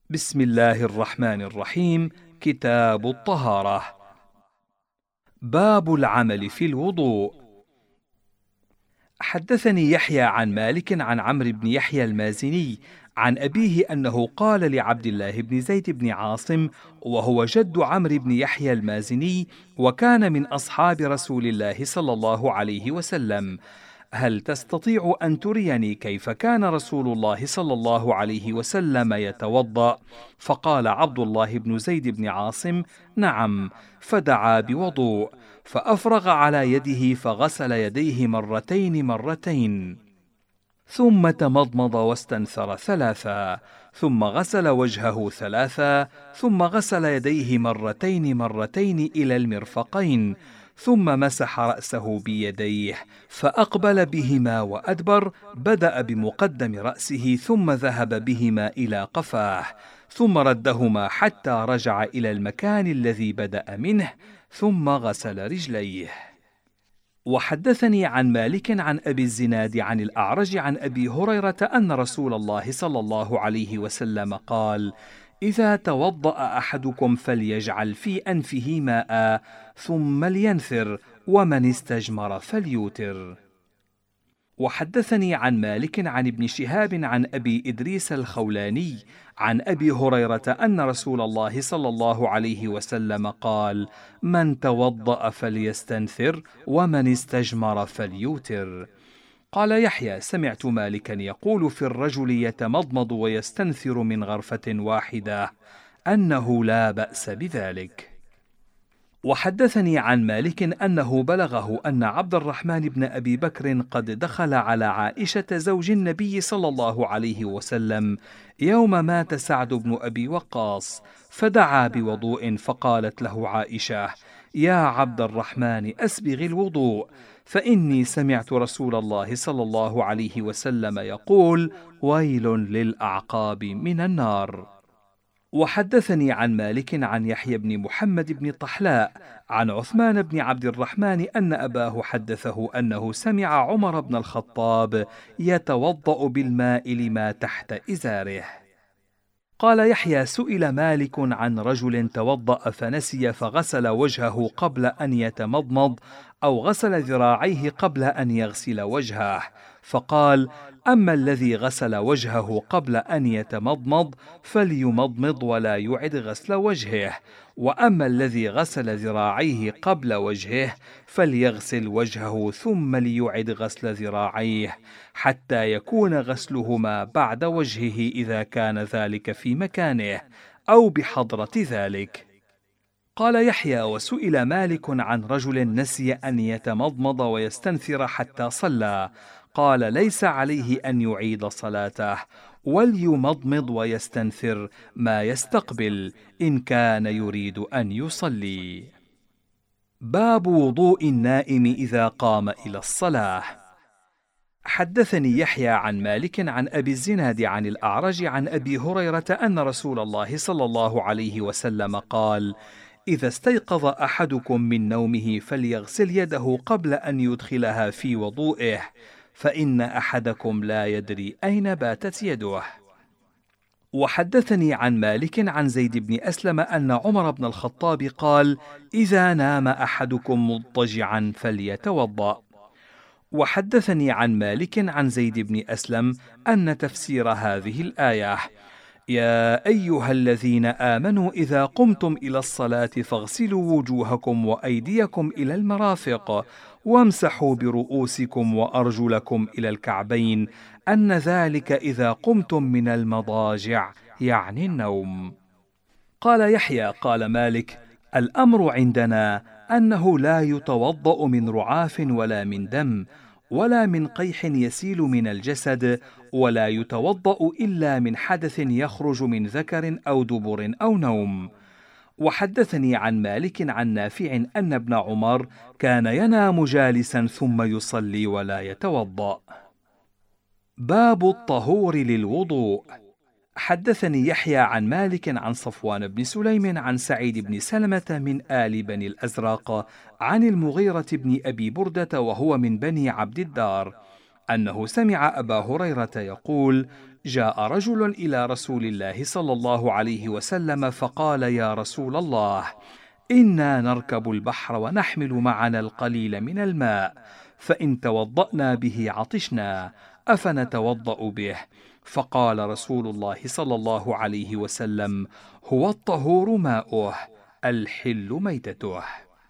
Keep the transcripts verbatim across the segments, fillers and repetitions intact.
بسم الله الرحمن الرحيم. كتاب الطهارة. باب العمل في الوضوء. حدثني يحيى عن مالك عن عمرو بن يحيى المازني عن أبيه أنه قال لعبد الله بن زيد بن عاصم، وهو جد عمرو بن يحيى المازني وكان من أصحاب رسول الله صلى الله عليه وسلم: هل تستطيع أن تريني كيف كان رسول الله صلى الله عليه وسلم يتوضأ؟ فقال عبد الله بن زيد بن عاصم: نعم. فدعا بوضوء، فأفرغ على يده فغسل يديه مرتين مرتين، ثم تمضمض واستنثر ثلاثا، ثم غسل وجهه ثلاثا، ثم غسل يديه مرتين مرتين إلى المرفقين، ثم مسح رأسه بيديه فأقبل بهما وأدبر، بدأ بمقدم رأسه ثم ذهب بهما إلى قفاه، ثم ردهما حتى رجع إلى المكان الذي بدأ منه، ثم غسل رجليه. وحدثني عن مالك عن أبي الزناد عن الأعرج عن أبي هريرة أن رسول الله صلى الله عليه وسلم قال: إذا توضأ أحدكم فليجعل في أنفه ماء ثم لينثر، ومن استجمر فليوتر. وحدثني عن مالك عن ابن شهاب عن أبي إدريس الخولاني عن أبي هريرة أن رسول الله صلى الله عليه وسلم قال: من توضأ فليستنثر، ومن استجمر فليوتر. قال يحيى: سمعت مالكا يقول في الرجل يتمضمض ويستنثر من غرفة واحدة أنه لا بأس بذلك. وحدثني عن مالك أنه بلغه أن عبد الرحمن بن أبي بكر قد دخل على عائشة زوج النبي صلى الله عليه وسلم يوم مات سعد بن أبي وقاص، فدعا بوضوء، فقالت له عائشة: يا عبد الرحمن أسبغ الوضوء، فإني سمعت رسول الله صلى الله عليه وسلم يقول: ويل للأعقاب من النار. وحدثني عن مالك عن يحيى بن محمد بن طحلاء عن عثمان بن عبد الرحمن أن أباه حدثه أنه سمع عمر بن الخطاب يتوضأ بالماء لما تحت إزاره. قال يحيى: سئل مالك عن رجل توضأ فنسي فغسل وجهه قبل أن يتمضمض، أو غسل ذراعيه قبل أن يغسل وجهه، فقال: أما الذي غسل وجهه قبل أن يتمضمض فليمضمض ولا يعد غسل وجهه، وأما الذي غسل ذراعيه قبل وجهه فليغسل وجهه ثم ليعد غسل ذراعيه، حتى يكون غسلهما بعد وجهه إذا كان ذلك في مكانه أو بحضرة ذلك. قال يحيى: وسئل مالك عن رجل نسي أن يتمضمض ويستنثر حتى صلى، قال: ليس عليه أن يعيد صلاته، وليمضمض ويستنثر ما يستقبل إن كان يريد أن يصلي. باب وضوء النائم إذا قام إلى الصلاة. حدثني يحيى عن مالك عن أبي الزناد عن الأعرج عن أبي هريرة أن رسول الله صلى الله عليه وسلم قال: إذا استيقظ أحدكم من نومه فليغسل يده قبل أن يدخلها في وضوئه، فإن أحدكم لا يدري أين باتت يده. وحدثني عن مالك عن زيد بن أسلم أن عمر بن الخطاب قال: إذا نام أحدكم مضطجعا فليتوضأ. وحدثني عن مالك عن زيد بن أسلم أن تفسير هذه الآية: يا أيها الذين آمنوا إذا قمتم إلى الصلاة فاغسلوا وجوهكم وأيديكم إلى المرافق وامسحوا برؤوسكم وأرجلكم إلى الكعبين، أن ذلك إذا قمتم من المضاجع، يعني النوم. قال يحيى: قال مالك: الأمر عندنا أنه لا يتوضأ من رعاف ولا من دم ولا من قيح يسيل من الجسد، ولا يتوضأ إلا من حدث يخرج من ذكر أو دبر أو نوم. وحدثني عن مالك عن نافع أن ابن عمر كان ينام جالسا ثم يصلي ولا يتوضأ. باب الطهور للوضوء. حدثني يحيى عن مالك عن صفوان بن سليم عن سعيد بن سلمة من آل بني الأزرق عن المغيرة بن أبي بردة وهو من بني عبد الدار أنه سمع أبا هريرة يقول: جاء رجل إلى رسول الله صلى الله عليه وسلم فقال: يا رسول الله، إنا نركب البحر ونحمل معنا القليل من الماء، فإن توضأنا به عطشنا، أفنتوضأ به؟ فقال رسول الله صلى الله عليه وسلم: هو الطهور ماؤه، الحل ميتته.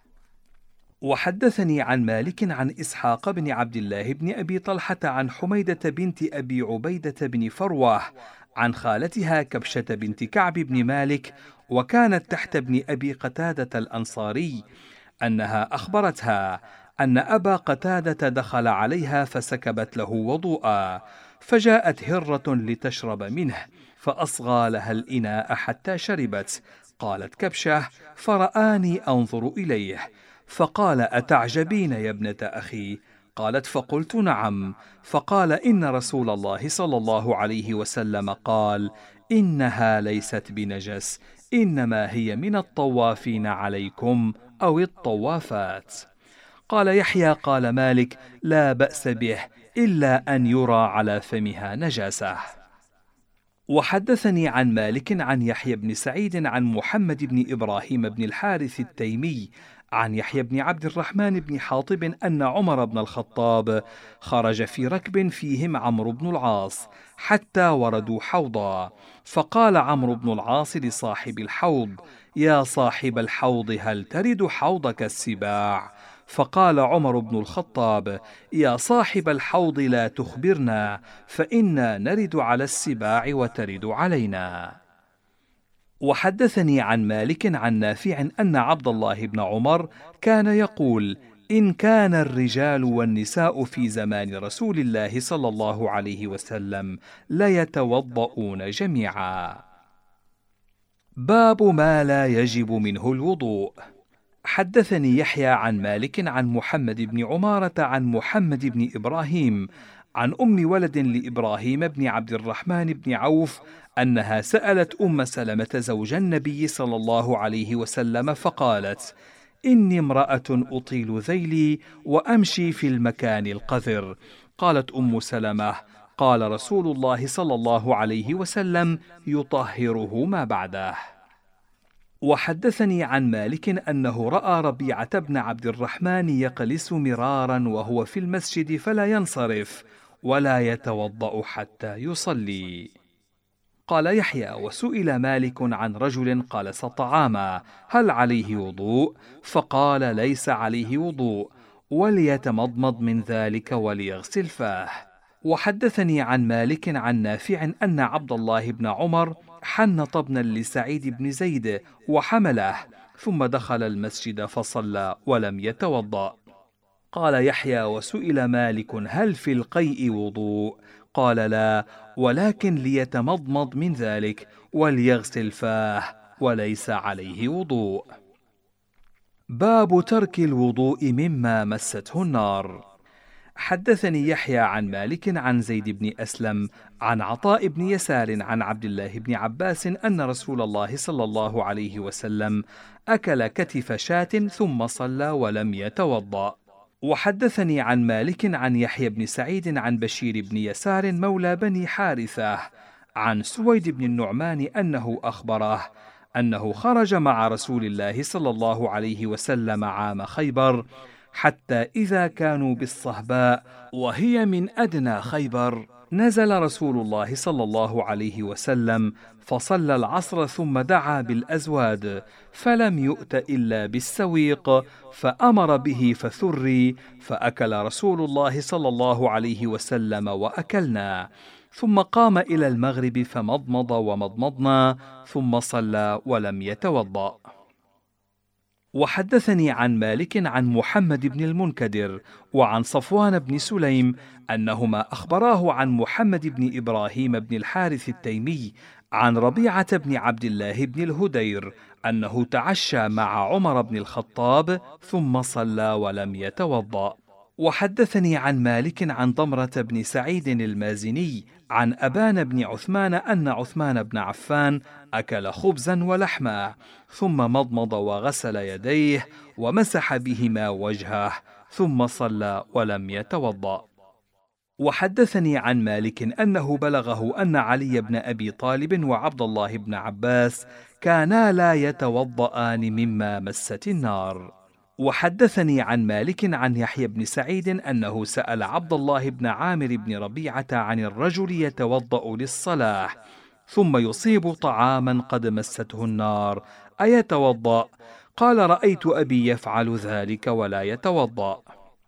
وحدثني عن مالك عن إسحاق بن عبد الله بن أبي طلحة عن حميدة بنت أبي عبيدة بن فروة عن خالتها كبشة بنت كعب بن مالك، وكانت تحت ابن أبي قتادة الأنصاري، أنها أخبرتها أن أبا قتادة دخل عليها فسكبت له وضوءا، فجاءت هرة لتشرب منه، فأصغى لها الإناء حتى شربت. قالت كبشة: فرآني أنظر إليه، فقال: أتعجبين يا ابنة أخي؟ قالت: فقلت: نعم. فقال: إن رسول الله صلى الله عليه وسلم قال: إنها ليست بنجس، إنما هي من الطوافين عليكم أو الطوافات. قال يحيى: قال مالك: لا بأس به، إلا أن يرى على فمها نجاسة. وحدثني عن مالك عن يحيى بن سعيد عن محمد بن إبراهيم بن الحارث التيمي عن يحيى بن عبد الرحمن بن حاطب أن عمر بن الخطاب خرج في ركب فيهم عمرو بن العاص حتى وردوا حوضا، فقال عمرو بن العاص لصاحب الحوض: يا صاحب الحوض، هل ترد حوضك السباع؟ فقال عمر بن الخطاب: يا صاحب الحوض، لا تخبرنا، فإنا نرد على السباع وترد علينا. وحدثني عن مالك عن نافع أن عبد الله بن عمر كان يقول: إن كان الرجال والنساء في زمان رسول الله صلى الله عليه وسلم ليتوضؤون جميعا. باب ما لا يجب منه الوضوء. حدثني يحيى عن مالك عن محمد بن عمارة عن محمد بن إبراهيم عن أم ولد لإبراهيم بن عبد الرحمن بن عوف أنها سألت أم سلمة زوج النبي صلى الله عليه وسلم فقالت: إني امرأة أطيل ذيلي وأمشي في المكان القذر. قالت أم سلمة: قال رسول الله صلى الله عليه وسلم: يطهره ما بعده. وحدثني عن مالك أنه رأى ربيعة بن عبد الرحمن يقلس مرارا وهو في المسجد فلا ينصرف ولا يتوضأ حتى يصلي. قال يحيى: وسئل مالك عن رجل قلس طعاما هل عليه وضوء؟ فقال: ليس عليه وضوء، وليتمضمض من ذلك وليغسل فاه. وحدثني عن مالك عن نافع أن عبد الله بن عمر حنط ابنا لسعيد بن زيد وحمله، ثم دخل المسجد فصلى ولم يتوضأ. قال يحيى: وسئل مالك هل في القيء وضوء؟ قال: لا، ولكن ليتمضمض من ذلك وليغسل فاه، وليس عليه وضوء. باب ترك الوضوء مما مسته النار. حدثني يحيى عن مالك عن زيد بن أسلم عن عطاء بن يسار عن عبد الله بن عباس أن رسول الله صلى الله عليه وسلم أكل كتف شاة ثم صلى ولم يتوضأ. وحدثني عن مالك عن يحيى بن سعيد عن بشير بن يسار مولى بني حارثة عن سويد بن النعمان أنه أخبره أنه خرج مع رسول الله صلى الله عليه وسلم عام خيبر، حتى إذا كانوا بالصهباء وهي من أدنى خيبر نزل رسول الله صلى الله عليه وسلم فصلى العصر ثم دعا بالأزواد، فلم يؤت إلا بالسويق، فأمر به فثري، فأكل رسول الله صلى الله عليه وسلم وأكلنا، ثم قام إلى المغرب فمضمض ومضمضنا، ثم صلى ولم يتوضأ. وحدثني عن مالك عن محمد بن المنكدر وعن صفوان بن سليم أنهما أخبراه عن محمد بن إبراهيم بن الحارث التيمي عن ربيعة بن عبد الله بن الهدير أنه تعشى مع عمر بن الخطاب ثم صلى ولم يتوضأ. وحدثني عن مالك عن ضمرة بن سعيد المازني عن أبان بن عثمان أن عثمان بن عفان أكل خبزا ولحما ثم مضمض وغسل يديه ومسح بهما وجهه ثم صلى ولم يتوضأ. وحدثني عن مالك أنه بلغه أن علي بن أبي طالب وعبد الله بن عباس كانا لا يتوضآن مما مست النار. وحدثني عن مالك عن يحيى بن سعيد أنه سأل عبد الله بن عامر بن ربيعة عن الرجل يتوضأ للصلاة ثم يصيب طعاما قد مسته النار أيتوضأ؟ قال: رأيت أبي يفعل ذلك ولا يتوضأ.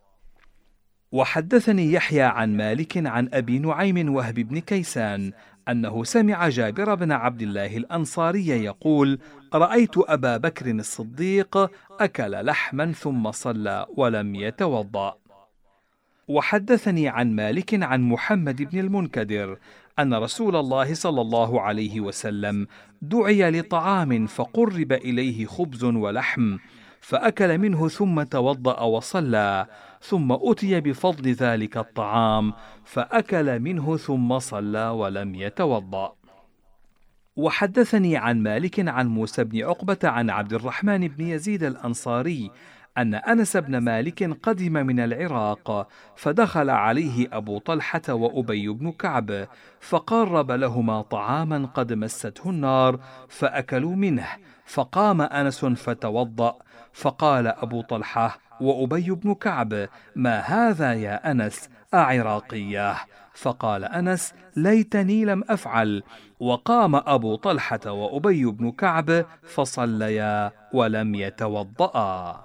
وحدثني يحيى عن مالك عن أبي نعيم وهب بن كيسان أنه سمع جابر بن عبد الله الأنصاري يقول: رأيت أبا بكر الصديق أكل لحما ثم صلى ولم يتوضأ. وحدثني عن مالك عن محمد بن المنكدر أن رسول الله صلى الله عليه وسلم دعي لطعام فقرب إليه خبز ولحم فأكل منه ثم توضأ وصلى، ثم أتي بفضل ذلك الطعام فأكل منه ثم صلى ولم يتوضأ. وحدثني عن مالك عن موسى بن عقبة عن عبد الرحمن بن يزيد الأنصاري أن أنس بن مالك قدم من العراق فدخل عليه أبو طلحة وأبي بن كعب فقرب لهما طعاما قد مسته النار فأكلوا منه، فقام أنس فتوضأ، فقال أبو طلحة وأبي بن كعب: ما هذا يا أنس أعراقية؟ فقال أنس: ليتني لم أفعل. وقام أبو طلحة وأبي بن كعب فصليا ولم يتوضأ.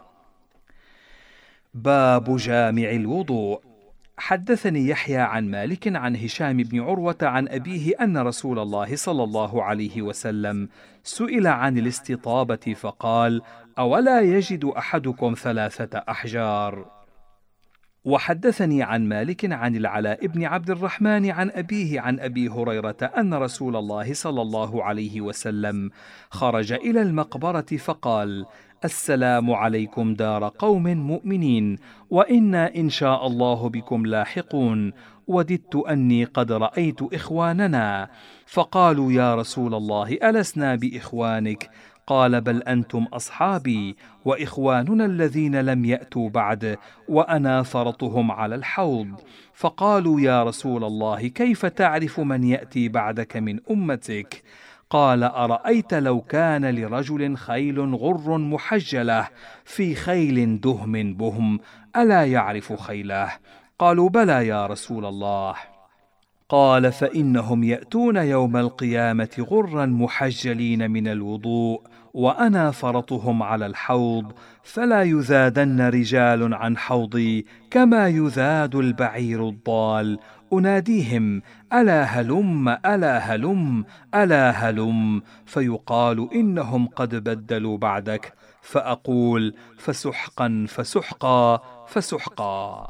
باب جامع الوضوء. حدثني يحيى عن مالك عن هشام بن عروة عن أبيه أن رسول الله صلى الله عليه وسلم سئل عن الاستطابة فقال: أولا يجد أحدكم ثلاثة أحجار؟ وحدثني عن مالك عن العلاء بن عبد الرحمن عن أبيه عن أبي هريرة أن رسول الله صلى الله عليه وسلم خرج إلى المقبرة فقال: السلام عليكم دار قوم مؤمنين، وإنا إن شاء الله بكم لاحقون، وددت أني قد رأيت إخواننا. فقالوا: يا رسول الله ألسنا بإخوانك؟ قال: بل أنتم أصحابي وإخواننا الذين لم يأتوا بعد، وأنا فرطهم على الحوض. فقالوا: يا رسول الله كيف تعرف من يأتي بعدك من أمتك؟ قال: أرأيت لو كان لرجل خيل غر محجلة في خيل دهم بهم ألا يعرف خيله؟ قالوا: بلى يا رسول الله. قال: فإنهم يأتون يوم القيامة غرا محجلين من الوضوء، وأنا فرطهم على الحوض، فلا يذادن رجال عن حوضي كما يذاد البعير الضال. أناديهم: ألا هلم ألا هلم ألا هلم، فيقال إنهم قد بدلوا بعدك، فأقول: فسحقا فسحقا فسحقا.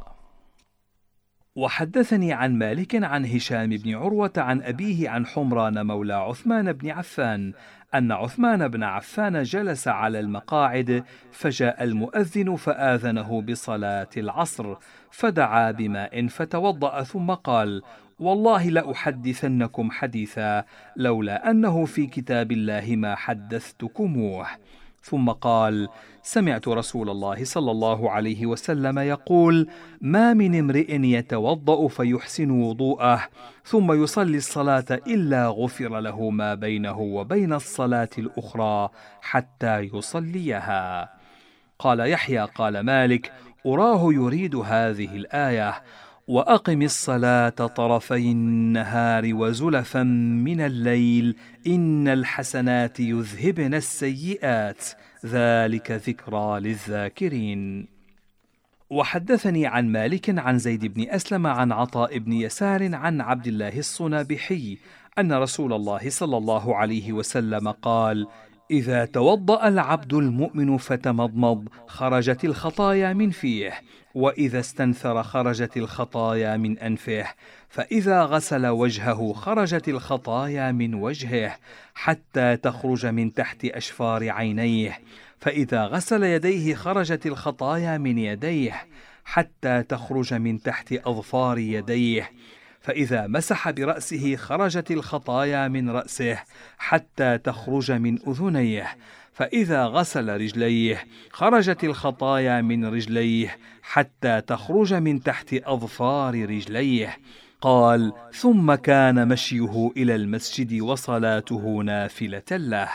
وحدثني عن مالك عن هشام بن عروة عن أبيه عن حمران مولى عثمان بن عفان أن عثمان بن عفان جلس على المقاعد فجاء المؤذن فآذنه بصلاة العصر، فدعا بماء فتوضأ ثم قال: والله لأحدثنكم حديثا لولا أنه في كتاب الله ما حدثتكموه. ثم قال: سمعت رسول الله صلى الله عليه وسلم يقول: ما من امرئ يتوضأ فيحسن وضوءه ثم يصلي الصلاة إلا غفر له ما بينه وبين الصلاة الأخرى حتى يصليها. قال يحيى قال مالك: أراه يريد هذه الآية: وأقم الصلاة طرفي النهار وزلفا من الليل إن الحسنات يذهبن السيئات ذلك ذكرى للذاكرين. وحدثني عن مالك عن زيد بن أسلم عن عطاء بن يسار عن عبد الله الصنابحي أن رسول الله صلى الله عليه وسلم قال: إذا توضأ العبد المؤمن فتمضمض خرجت الخطايا من فيه، وإذا استنثر خرجت الخطايا من أنفه، فإذا غسل وجهه خرجت الخطايا من وجهه حتى تخرج من تحت أشفار عينيه، فإذا غسل يديه خرجت الخطايا من يديه حتى تخرج من تحت أظفار يديه، فإذا مسح برأسه خرجت الخطايا من رأسه حتى تخرج من أذنيه، فإذا غسل رجليه خرجت الخطايا من رجليه حتى تخرج من تحت أظفار رجليه. قال: ثم كان مشيه إلى المسجد وصلاته نافلة له.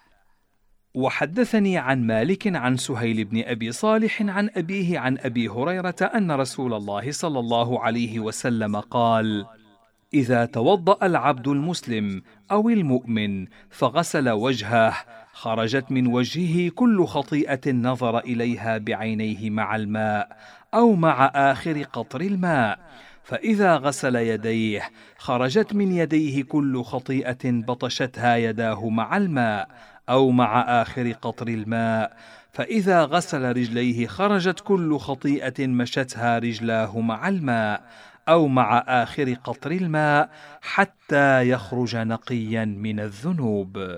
وحدثني عن مالك عن سهيل بن أبي صالح عن أبيه عن أبي هريرة أن رسول الله صلى الله عليه وسلم قال: إذا توضأ العبد المسلم أو المؤمن فغسل وجهه خرجت من وجهه كل خطيئة نظر إليها بعينيه مع الماء أو مع آخر قطر الماء، فإذا غسل يديه خرجت من يديه كل خطيئة بطشتها يداه مع الماء أو مع آخر قطر الماء، فإذا غسل رجليه خرجت كل خطيئة مشتها رجلاه مع الماء أو مع آخر قطر الماء حتى يخرج نقيا من الذنوب.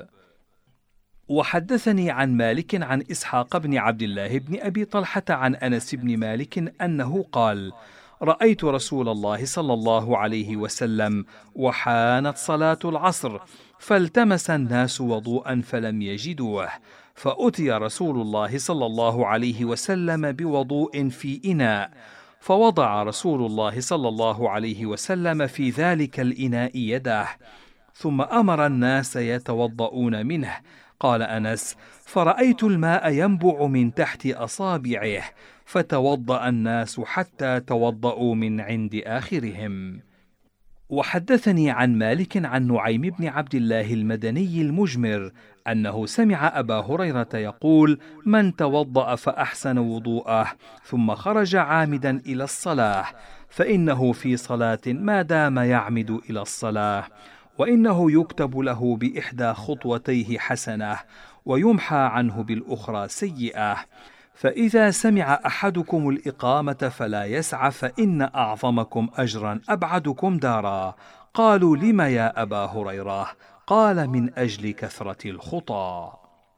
وحدثني عن مالك عن إسحاق بن عبد الله بن أبي طلحة عن أنس بن مالك أنه قال: رأيت رسول الله صلى الله عليه وسلم وحانت صلاة العصر فالتمس الناس وضوءا فلم يجدوه، فأتي رسول الله صلى الله عليه وسلم بوضوء في إناء، فوضع رسول الله صلى الله عليه وسلم في ذلك الإناء يده، ثم أمر الناس يتوضؤون منه. قال أنس: فرأيت الماء ينبع من تحت أصابعه، فتوضأ الناس حتى توضؤوا من عند آخرهم. وحدثني عن مالك عن نعيم بن عبد الله المدني المجمر أنه سمع أبا هريرة يقول: من توضأ فأحسن وضوءه ثم خرج عامدا إلى الصلاة فإنه في صلاة ما دام يعمد إلى الصلاة، وإنه يكتب له بإحدى خطوتيه حسنة ويمحى عنه بالأخرى سيئة. فإذا سمع أحدكم الإقامة فلا يسع فإن أعظمكم أجرا أبعدكم دارا. قالوا: لم يا أبا هريرة؟ قال: من أجل كثرة الخطى.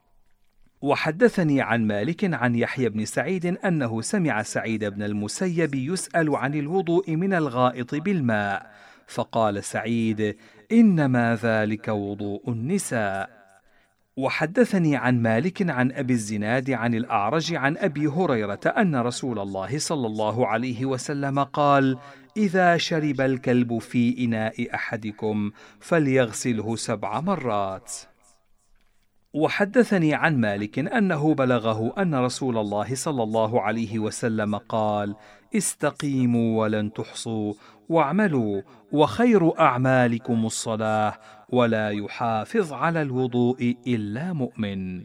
وحدثني عن مالك عن يحيى بن سعيد أنه سمع سعيد بن المسيب يسأل عن الوضوء من الغائط بالماء، فقال سعيد: إنما ذلك وضوء النساء. وحدثني عن مالك عن أبي الزناد عن الأعرج عن أبي هريرة أن رسول الله صلى الله عليه وسلم قال: إذا شرب الكلب في إناء أحدكم فليغسله سبع مرات. وحدثني عن مالك أنه بلغه أن رسول الله صلى الله عليه وسلم قال: استقيموا ولن تحصوا واعملوا، وخير أعمالكم الصلاة، ولا يحافظ على الوضوء إلا مؤمن.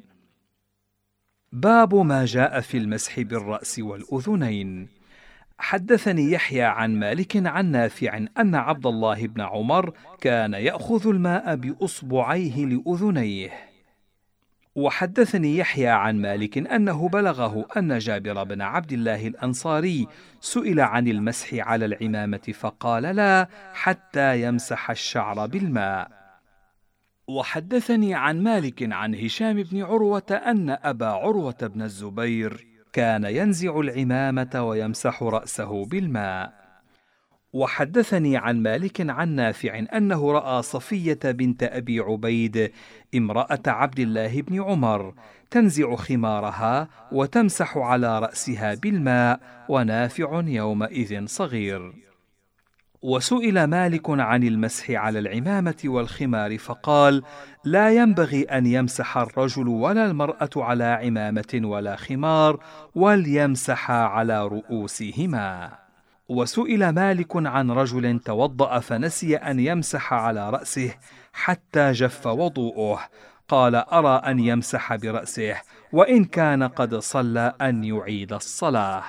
باب ما جاء في المسح بالرأس والأذنين. حدثني يحيى عن مالك عن نافع أن عبد الله بن عمر كان يأخذ الماء بأصبعيه لأذنيه. وحدثني يحيى عن مالك أنه بلغه أن جابر بن عبد الله الأنصاري سئل عن المسح على العمامة فقال: لا، حتى يمسح الشعر بالماء. وحدثني عن مالك عن هشام بن عروة أن أبا عروة بن الزبير كان ينزع العمامة ويمسح رأسه بالماء. وحدثني عن مالك عن نافع أنه رأى صفية بنت أبي عبيد امرأة عبد الله بن عمر تنزع خمارها وتمسح على رأسها بالماء، ونافع يومئذ صغير. وسئل مالك عن المسح على العمامة والخمار فقال: لا ينبغي أن يمسح الرجل ولا المرأة على عمامة ولا خمار، وليمسحا على رؤوسهما. وسئل مالك عن رجل توضأ فنسي أن يمسح على رأسه حتى جف وضوءه، قال: أرى أن يمسح برأسه، وإن كان قد صلى أن يعيد الصلاة.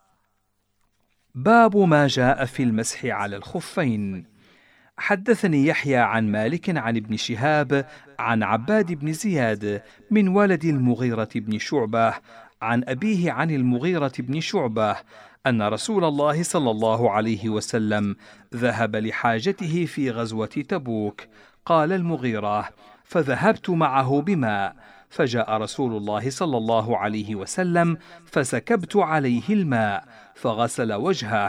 باب ما جاء في المسح على الخفين. حدثني يحيى عن مالك عن ابن شهاب عن عباد بن زياد من ولد المغيرة بن شعبة عن أبيه عن المغيرة بن شعبة أن رسول الله صلى الله عليه وسلم ذهب لحاجته في غزوة تبوك. قال المغيرة: فذهبت معه بماء، فجاء رسول الله صلى الله عليه وسلم فسكبت عليه الماء فغسل وجهه،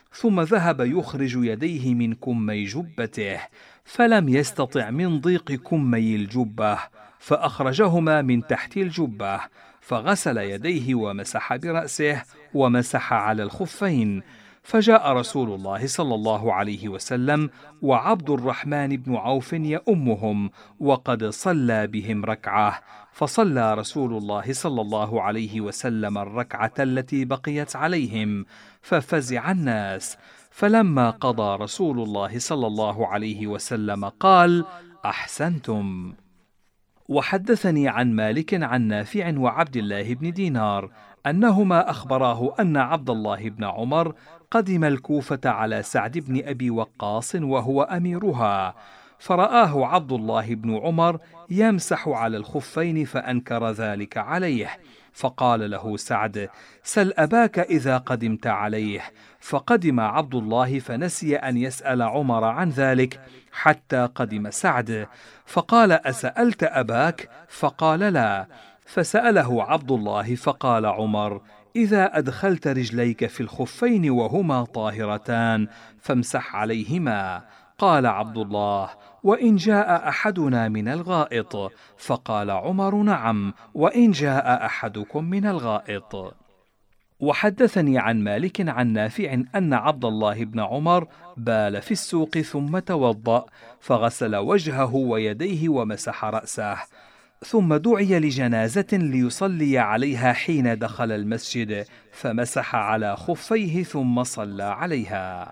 ثم ذهب يخرج يديه من كمي جبته، فلم يستطع من ضيق كمي الجبة، فأخرجهما من تحت الجبة، فغسل يديه ومسح برأسه ومسح على الخفين. فجاء رسول الله صلى الله عليه وسلم وعبد الرحمن بن عوف يؤمهم، وقد صلى بهم ركعة، فصلى رسول الله صلى الله عليه وسلم الركعة التي بقيت عليهم، ففزع الناس. فلما قضى رسول الله صلى الله عليه وسلم قال: أحسنتم. وحدثني عن مالك عن نافع وعبد الله بن دينار أنهما أخبراه أن عبد الله بن عمر قدم الكوفة على سعد بن أبي وقاص وهو أميرها، فرآه عبد الله بن عمر يمسح على الخفين فأنكر ذلك عليه، فقال له سعد: سل أباك إذا قدمت عليه. فقدم عبد الله فنسي أن يسأل عمر عن ذلك حتى قدم سعد، فقال: أسألت أباك؟ فقال: لا. فسأله عبد الله فقال عمر: إذا أدخلت رجليك في الخفين وهما طاهرتان فامسح عليهما. قال عبد الله: وإن جاء أحدنا من الغائط؟ فقال عمر: نعم، وإن جاء أحدكم من الغائط. وحدثني عن مالك عن نافع أن عبد الله بن عمر بال في السوق ثم توضأ، فغسل وجهه ويديه ومسح رأسه، ثم دعي لجنازة ليصلي عليها حين دخل المسجد، فمسح على خفيه ثم صلى عليها.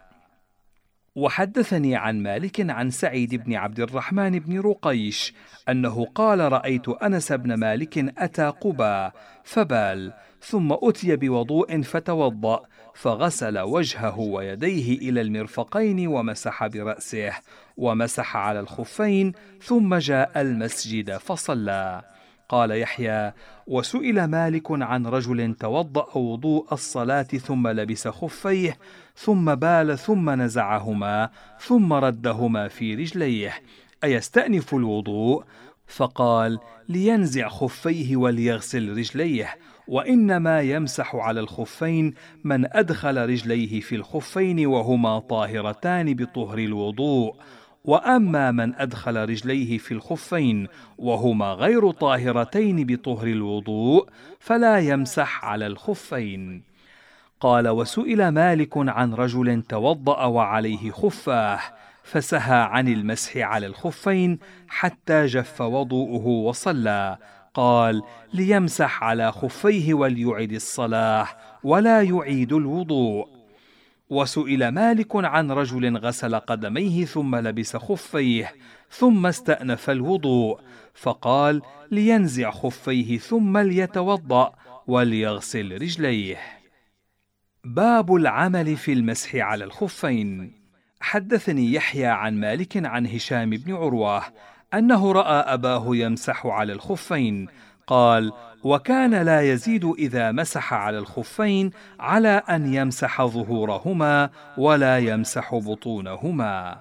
وحدثني عن مالك عن سعيد بن عبد الرحمن بن رقيش أنه قال: رأيت أنس بن مالك أتى قباء فبال، ثم أتي بوضوء فتوضأ، فغسل وجهه ويديه إلى المرفقين ومسح برأسه ومسح على الخفين، ثم جاء المسجد فصلى. قال يحيى: وسئل مالك عن رجل توضأ وضوء الصلاة ثم لبس خفيه ثم بال ثم نزعهما ثم ردهما في رجليه، أيستأنف الوضوء؟ فقال: لينزع خفيه وليغسل رجليه، وإنما يمسح على الخفين من أدخل رجليه في الخفين وهما طاهرتان بطهر الوضوء، وأما من أدخل رجليه في الخفين وهما غير طاهرتين بطهر الوضوء فلا يمسح على الخفين. قال: وسئل مالك عن رجل توضأ وعليه خفاه فسهى عن المسح على الخفين حتى جف وضوءه وصلى، قال: ليمسح على خفيه وليعد الصلاة ولا يعيد الوضوء. وسئل مالك عن رجل غسل قدميه ثم لبس خفيه ثم استأنف الوضوء، فقال: لينزع خفيه ثم ليتوضأ وليغسل رجليه. باب العمل في المسح على الخفين. حدثني يحيى عن مالك عن هشام بن عروة أنه رأى أباه يمسح على الخفين، قال: وكان لا يزيد إذا مسح على الخفين على أن يمسح ظهورهما ولا يمسح بطونهما.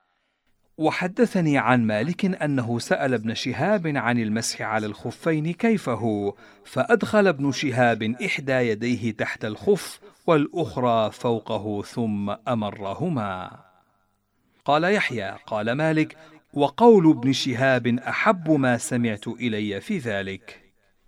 وحدثني عن مالك أنه سأل ابن شهاب عن المسح على الخفين كيف هو، فأدخل ابن شهاب إحدى يديه تحت الخف والأخرى فوقه ثم أمرهما. قال يحيى: قال مالك: وقول ابن شهاب أحب ما سمعت إلي في ذلك.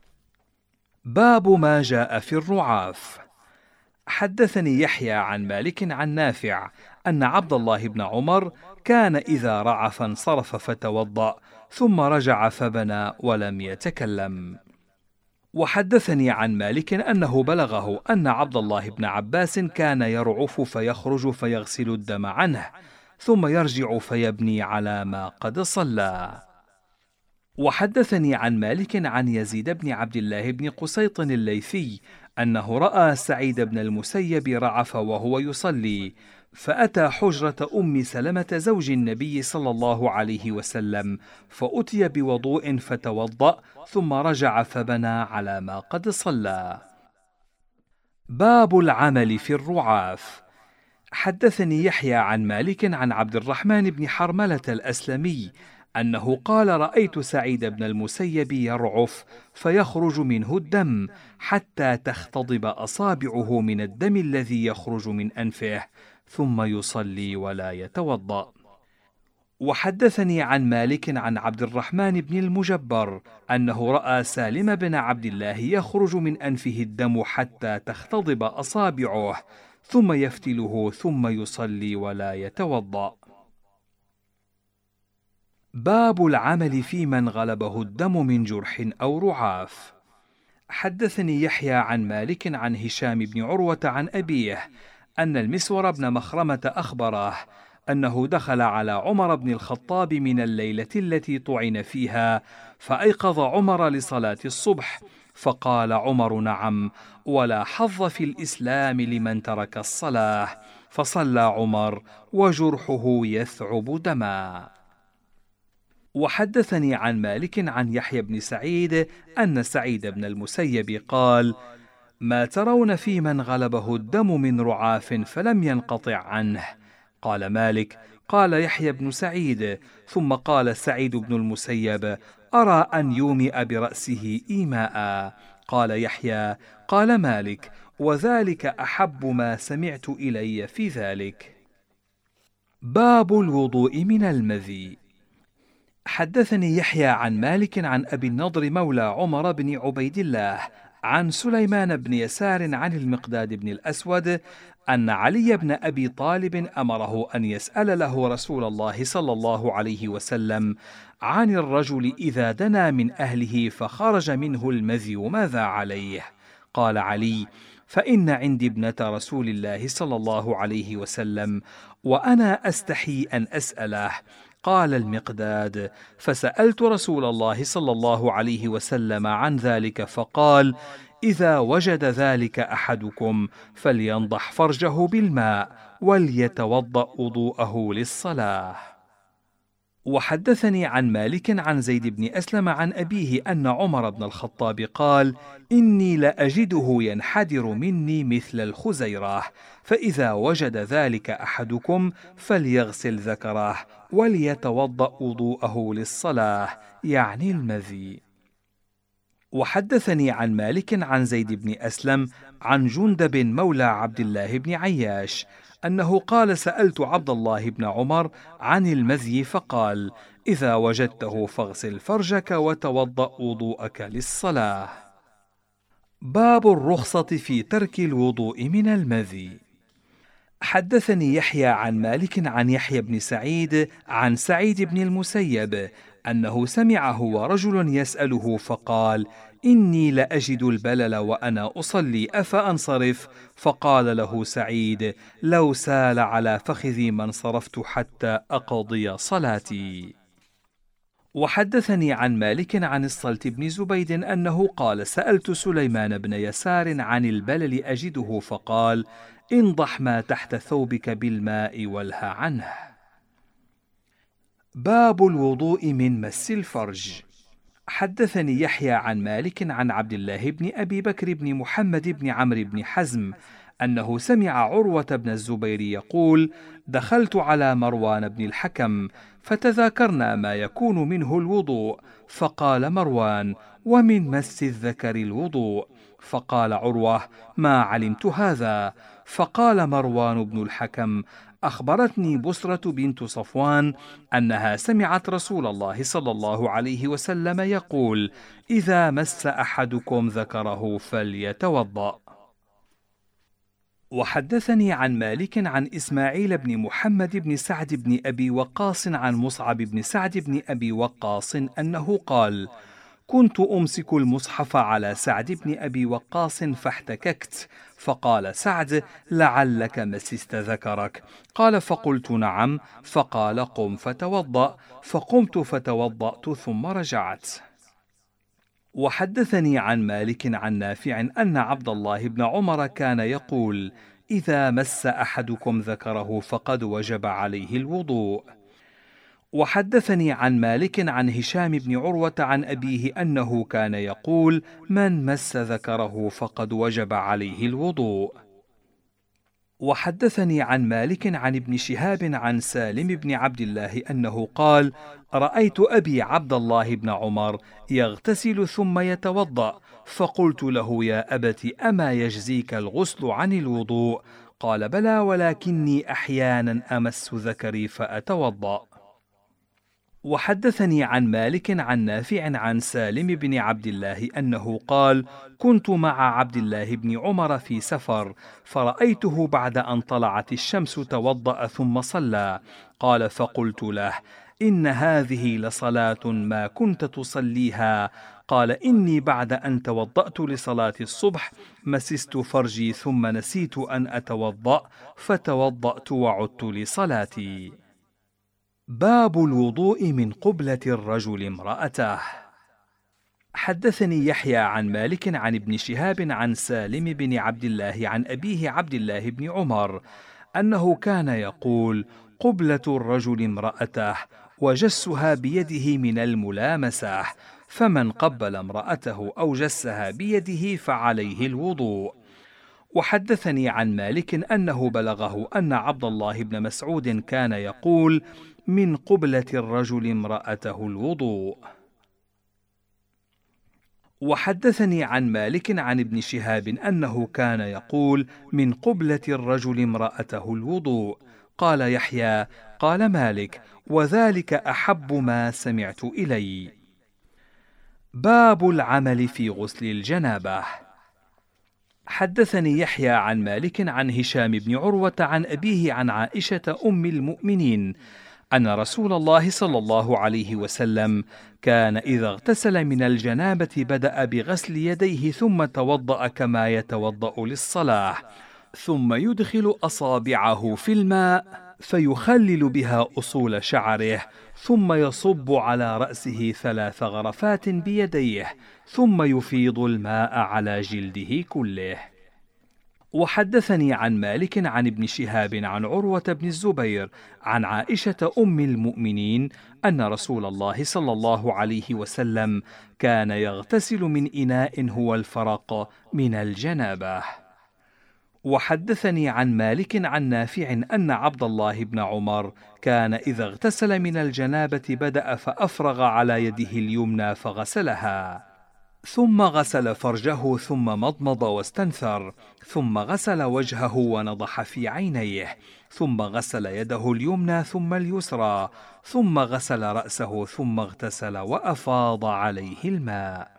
باب ما جاء في الرعاف. حدثني يحيى عن مالك عن نافع أن عبد الله بن عمر كان إذا رعف انصرف فتوضأ ثم رجع فبنى ولم يتكلم. وحدثني عن مالك أنه بلغه أن عبد الله بن عباس كان يرعف فيخرج فيغسل الدم عنه ثم يرجع فيبني على ما قد صلى. وحدثني عن مالك عن يزيد بن عبد الله بن قسيط الليثي أنه رأى سعيد بن المسيب رعف وهو يصلي، فأتى حجرة أم سلمة زوج النبي صلى الله عليه وسلم فأتي بوضوء فتوضأ ثم رجع فبنى على ما قد صلى. باب العمل في الرعاف. حدثني يحيى عن مالك عن عبد الرحمن بن حرملة الأسلمي أنه قال: رأيت سعيد بن المسيب يرعف فيخرج منه الدم حتى تختضب أصابعه من الدم الذي يخرج من أنفه، ثم يصلي ولا يتوضأ. وحدثني عن مالك عن عبد الرحمن بن المجبر أنه رأى سالم بن عبد الله يخرج من أنفه الدم حتى تختضب أصابعه، ثم يفتله ثم يصلي ولا يتوضأ. باب العمل في من غلبه الدم من جرح أو رعاف. حدثني يحيى عن مالك عن هشام بن عروة عن أبيه أن المسور بن مخرمة أخبره أنه دخل على عمر بن الخطاب من الليلة التي طعن فيها، فأيقظ عمر لصلاة الصبح، فقال عمر: نعم، ولا حظ في الإسلام لمن ترك الصلاة. فصلى عمر وجرحه يثعب دما. وحدثني عن مالك عن يحيى بن سعيد أن سعيد بن المسيب قال: ما ترون في من غلبه الدم من رعاف فلم ينقطع عنه؟ قال مالك: قال يحيى بن سعيد، ثم قال سعيد بن المسيب: أرى أن يومئ برأسه إيماء. قال يحيى: قال مالك: وذلك أحب ما سمعت إلي في ذلك. باب الوضوء من المذي. حدثني يحيى عن مالك عن أبي النضر مولى عمر بن عبيد الله عن سليمان بن يسار عن المقداد بن الأسود أن علي بن أبي طالب أمره أن يسأل له رسول الله صلى الله عليه وسلم عن الرجل إذا دنا من أهله فخرج منه المذي ماذا عليه؟ قال علي: فإن عندي ابنة رسول الله صلى الله عليه وسلم وأنا أستحي أن أسأله. قال المقداد: فسألت رسول الله صلى الله عليه وسلم عن ذلك فقال: إذا وجد ذلك أحدكم فلينضح فرجه بالماء وليتوضأ وضوءه للصلاة. وحدثني عن مالك عن زيد بن أسلم عن أبيه أن عمر بن الخطاب قال: إني لأجده ينحدر مني مثل الخزيرة، فإذا وجد ذلك أحدكم فليغسل ذكره وليتوضأ وضوءه للصلاة، يعني المذي. وحدثني عن مالك عن زيد بن أسلم عن جندب مولى عبد الله بن عياش أنه قال: سألت عبد الله بن عمر عن المذي فقال: إذا وجدته فاغسل فرجك وتوضأ وضوءك للصلاة. باب الرخصة في ترك الوضوء من المذي. حدثني يحيى عن مالك عن يحيى بن سعيد عن سعيد بن المسيب أنه سمعه ورجل يسأله فقال: إني لأجد البلل وأنا أصلي أفأنصرف؟ فقال له سعيد: لو سال على فخذي ما انصرفت حتى أقضي صلاتي. وحدثني عن مالك عن الصلت بن زبيد أنه قال: سألت سليمان بن يسار عن البلل أجده فقال: انضح ما تحت ثوبك بالماء والها عنه. باب الوضوء من مس الفرج. حدثني يحيى عن مالك عن عبد الله بن أبي بكر بن محمد بن عمرو بن حزم أنه سمع عروة بن الزبير يقول: دخلت على مروان بن الحكم فتذاكرنا ما يكون منه الوضوء، فقال مروان: ومن مس الذكر الوضوء؟ فقال عروة: ما علمت هذا. فقال مروان بن الحكم: أخبرتني بسرة بنت صفوان أنها سمعت رسول الله صلى الله عليه وسلم يقول: إذا مس أحدكم ذكره فليتوضأ. وحدثني عن مالك عن إسماعيل بن محمد بن سعد بن أبي وقاص عن مصعب بن سعد بن أبي وقاص أنه قال: كنت أمسك المصحف على سعد بن أبي وقاص فاحتككت، فقال سعد: لعلك مسست ذكرك. قال: فقلت نعم. فقال: قم فتوضأ. فقمت فتوضأت ثم رجعت. وحدثني عن مالك عن نافع أن عبد الله بن عمر كان يقول: إذا مس أحدكم ذكره فقد وجب عليه الوضوء. وحدثني عن مالك عن هشام بن عروة عن أبيه أنه كان يقول: من مس ذكره فقد وجب عليه الوضوء. وحدثني عن مالك عن ابن شهاب عن سالم بن عبد الله أنه قال: رأيت أبي عبد الله بن عمر يغتسل ثم يتوضأ، فقلت له: يا أبت، أما يجزيك الغسل عن الوضوء؟ قال: بلى، ولكني أحيانا أمس ذكري فأتوضأ. وحدثني عن مالك عن نافع عن سالم بن عبد الله أنه قال: كنت مع عبد الله بن عمر في سفر، فرأيته بعد أن طلعت الشمس توضأ ثم صلى. قال: فقلت له: إن هذه لصلاة ما كنت تصليها. قال: إني بعد أن توضأت لصلاة الصبح مسست فرجي ثم نسيت أن أتوضأ، فتوضأت وعدت لصلاتي. باب الوضوء من قبلة الرجل امرأته. حدثني يحيى عن مالك عن ابن شهاب عن سالم بن عبد الله عن أبيه عبد الله بن عمر أنه كان يقول: قبلة الرجل امرأته، وجسها بيده من الملامسة، فمن قبل امرأته أو جسها بيده فعليه الوضوء. وحدثني عن مالك أنه بلغه أن عبد الله بن مسعود كان يقول: من قبلة الرجل امرأته الوضوء. وحدثني عن مالك عن ابن شهاب أنه كان يقول: من قبلة الرجل امرأته الوضوء. قال يحيى: قال مالك: وذلك أحب ما سمعت إلي. باب العمل في غسل الجنابة. حدثني يحيى عن مالك عن هشام بن عروة عن أبيه عن عائشة أم المؤمنين أن رسول الله صلى الله عليه وسلم كان إذا اغتسل من الجنابة بدأ بغسل يديه ثم توضأ كما يتوضأ للصلاة، ثم يدخل أصابعه في الماء فيخلل بها أصول شعره، ثم يصب على رأسه ثلاث غرفات بيديه، ثم يفيض الماء على جلده كله. وحدثني عن مالك عن ابن شهاب عن عروة بن الزبير عن عائشة أم المؤمنين أن رسول الله صلى الله عليه وسلم كان يغتسل من إناء هو الفرق من الجنابة. وحدثني عن مالك عن نافع أن عبد الله بن عمر كان إذا اغتسل من الجنابة بدأ فأفرغ على يده اليمنى فغسلها، ثم غسل فرجه ثم مضمض واستنثر، ثم غسل وجهه ونضح في عينيه، ثم غسل يده اليمنى ثم اليسرى، ثم غسل رأسه ثم اغتسل وأفاض عليه الماء.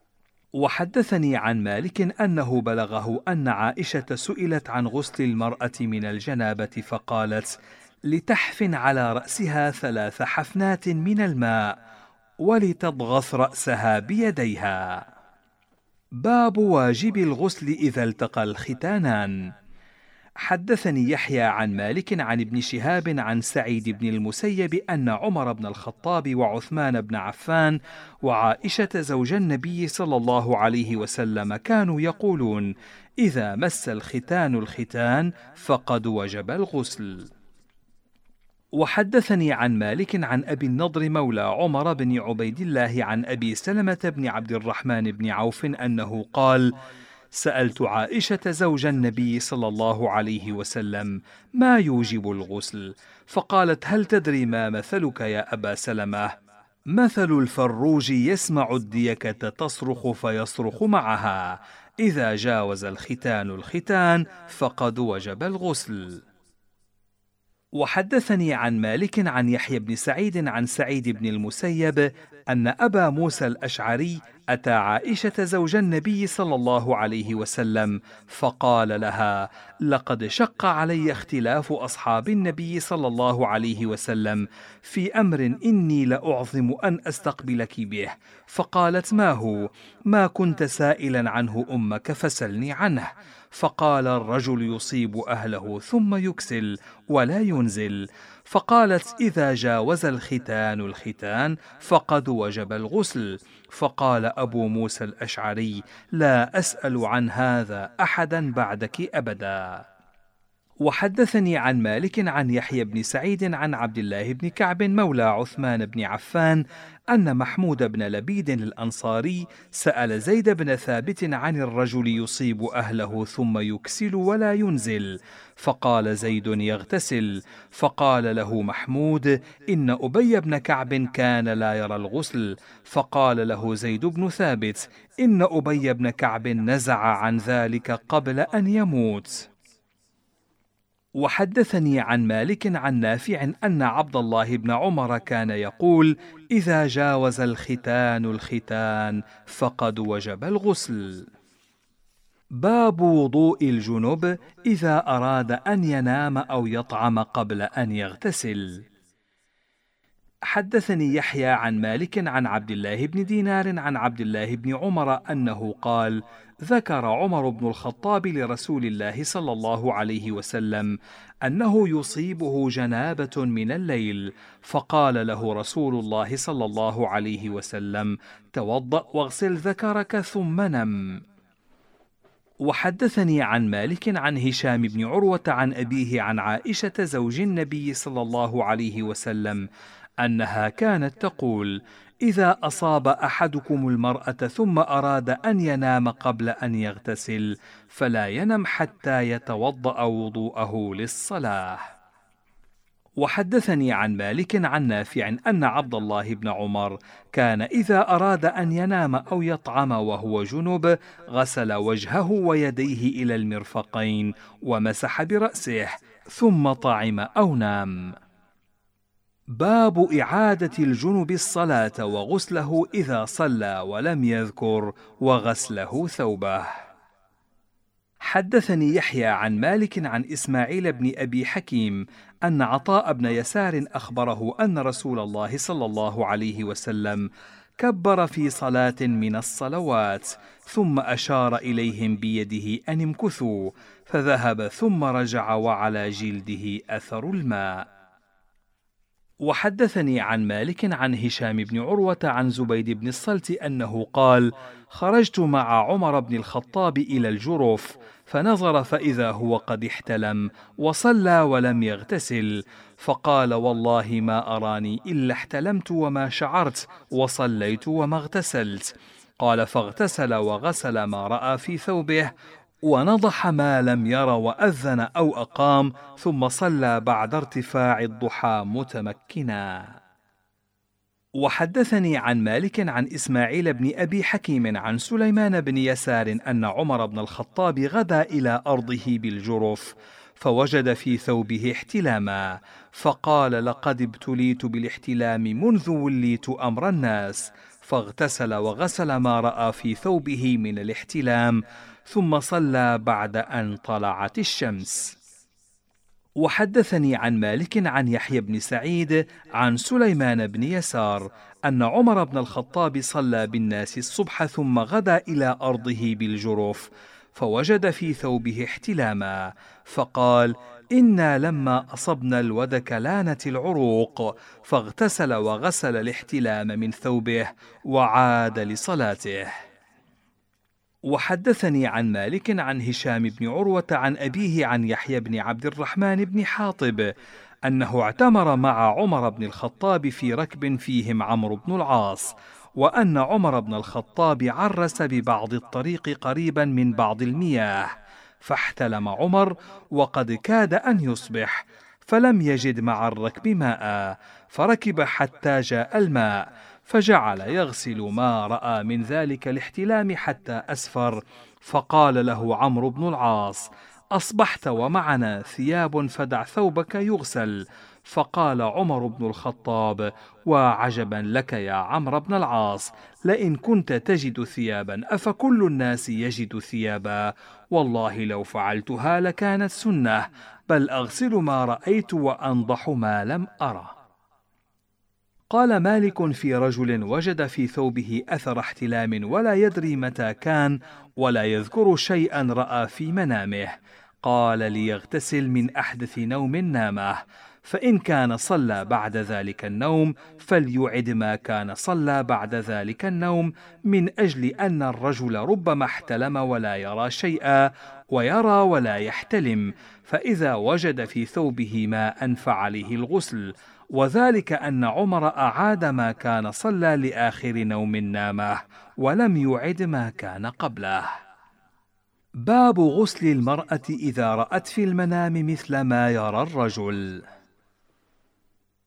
وحدثني عن مالك أنه بلغه أن عائشة سئلت عن غسل المرأة من الجنابة فقالت: لتحف على رأسها ثلاث حفنات من الماء ولتضغط رأسها بيديها. باب واجب الغسل إذا التقى الختانان. حدثني يحيى عن مالك عن ابن شهاب عن سعيد بن المسيب أن عمر بن الخطاب وعثمان بن عفان وعائشة زوج النبي صلى الله عليه وسلم كانوا يقولون: إذا مس الختان الختان فقد وجب الغسل. وحدثني عن مالك عن أبي النضر مولى عمر بن عبيد الله عن أبي سلمة بن عبد الرحمن بن عوف أنه قال: سألت عائشة زوج النبي صلى الله عليه وسلم: ما يوجب الغسل؟ فقالت: هل تدري ما مثلك يا أبا سلمة؟ مثل الفروج يسمع الديكة تصرخ فيصرخ معها، إذا جاوز الختان الختان فقد وجب الغسل. وحدثني عن مالك عن يحيى بن سعيد عن سعيد بن المسيب أن أبا موسى الأشعري أتى عائشة زوج النبي صلى الله عليه وسلم فقال لها: لقد شق علي اختلاف أصحاب النبي صلى الله عليه وسلم في أمر إني لأعظم أن أستقبلك به. فقالت: ما هو؟ ما كنت سائلا عنه أمك فسلني عنه. فقال: الرجل يصيب أهله ثم يكسل ولا ينزل. فقالت: إذا جاوز الختان الختان فقد وجب الغسل. فقال أبو موسى الأشعري: لا أسأل عن هذا أحدا بعدك أبدا. وحدثني عن مالك عن يحيى بن سعيد عن عبد الله بن كعب مولى عثمان بن عفان أن محمود بن لبيد الأنصاري سأل زيد بن ثابت عن الرجل يصيب أهله ثم يكسل ولا ينزل، فقال زيد: يغتسل. فقال له محمود: إن أبي بن كعب كان لا يرى الغسل. فقال له زيد بن ثابت: إن أبي بن كعب نزع عن ذلك قبل أن يموت. وحدثني عن مالك عن نافع أن عبد الله بن عمر كان يقول: إذا جاوز الختان الختان فقد وجب الغسل. باب وضوء الجنب إذا أراد أن ينام أو يطعم قبل أن يغتسل. حدثني يحيى عن مالك عن عبد الله بن دينار عن عبد الله بن عمر أنه قال: ذكر عمر بن الخطاب لرسول الله صلى الله عليه وسلم أنه يصيبه جنابة من الليل، فقال له رسول الله صلى الله عليه وسلم: توضأ واغسل ذكرك ثم نم. وحدثني عن مالك عن هشام بن عروة عن أبيه عن عائشة زوج النبي صلى الله عليه وسلم أنها كانت تقول: إذا أصاب أحدكم المرأة ثم أراد أن ينام قبل أن يغتسل فلا ينم حتى يتوضأ وضوءه للصلاة. وحدثني عن مالك عن نافع أن عبد الله بن عمر كان إذا أراد أن ينام أو يطعم وهو جنب غسل وجهه ويديه إلى المرفقين ومسح برأسه ثم طعم أو نام. باب إعادة الجنب الصلاة وغسله إذا صلى ولم يذكر وغسله ثوبه. حدثني يحيى عن مالك عن إسماعيل بن أبي حكيم أن عطاء بن يسار أخبره أن رسول الله صلى الله عليه وسلم كبر في صلاة من الصلوات ثم أشار إليهم بيده أن امكثوا، فذهب ثم رجع وعلى جلده أثر الماء. وحدثني عن مالك عن هشام بن عروة عن زبيد بن الصلت أنه قال: خرجت مع عمر بن الخطاب إلى الجرف فنظر فإذا هو قد احتلم وصلى ولم يغتسل، فقال: والله ما أراني إلا احتلمت وما شعرت وصليت وما اغتسلت. قال: فاغتسل وغسل ما رأى في ثوبه ونضح ما لم ير وأذن أو أقام، ثم صلى بعد ارتفاع الضحى متمكنا. وحدثني عن مالك عن إسماعيل بن أبي حكيم عن سليمان بن يسار أن عمر بن الخطاب غدا إلى أرضه بالجرف فوجد في ثوبه احتلاما، فقال: لقد ابتليت بالاحتلام منذ وليت أمر الناس، فاغتسل وغسل ما رأى في ثوبه من الاحتلام ثم صلى بعد أن طلعت الشمس. وحدثني عن مالك عن يحيى بن سعيد عن سليمان بن يسار أن عمر بن الخطاب صلى بالناس الصبح ثم غدا إلى أرضه بالجرف فوجد في ثوبه احتلاما، فقال: إنا لما أصبنا الودك لانت العروق، فاغتسل وغسل الاحتلام من ثوبه وعاد لصلاته. وحدثني عن مالك عن هشام بن عروة عن أبيه عن يحيى بن عبد الرحمن بن حاطب أنه اعتمر مع عمر بن الخطاب في ركب فيهم عمرو بن العاص، وأن عمر بن الخطاب عرس ببعض الطريق قريبا من بعض المياه، فاحتلم عمر وقد كاد أن يصبح، فلم يجد مع الركب ماء، فركب حتى جاء الماء، فجعل يغسل ما رأى من ذلك الاحتلام حتى أسفر، فقال له عمرو بن العاص: أصبحت ومعنا ثياب فدع ثوبك يغسل. فقال عمر بن الخطاب: وعجبا لك يا عمرو بن العاص، لئن كنت تجد ثيابا أفكل الناس يجد ثيابا؟ والله لو فعلتها لكانت سنة، بل أغسل ما رأيت وأنضح ما لم أرى. قال مالك في رجل وجد في ثوبه أثر احتلام ولا يدري متى كان ولا يذكر شيئا رأى في منامه، قال: ليغتسل من أحدث نوم نامه، فإن كان صلى بعد ذلك النوم فليعد ما كان صلى بعد ذلك النوم، من أجل أن الرجل ربما احتلم ولا يرى شيئا ويرى ولا يحتلم، فإذا وجد في ثوبه ماء فعليه الغسل، وذلك أن عمر أعاد ما كان صلى لآخر نوم نامه ولم يعد ما كان قبله. باب غسل المرأة إذا رأت في المنام مثل ما يرى الرجل.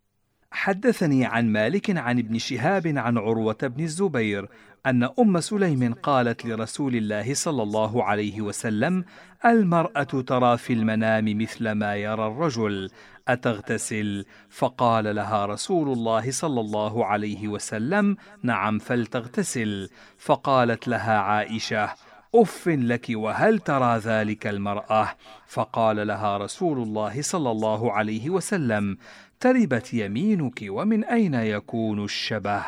حدثني عن مالك عن ابن شهاب عن عروة بن الزبير أن أم سليم قالت لرسول الله صلى الله عليه وسلم: المرأة ترى في المنام مثل ما يرى الرجل، أتغتسل؟ فقال لها رسول الله صلى الله عليه وسلم: نعم، فلتغتسل. فقالت لها عائشة: أف لك، وهل ترى ذلك المرأة؟ فقال لها رسول الله صلى الله عليه وسلم: تربت يمينك، ومن أين يكون الشبه؟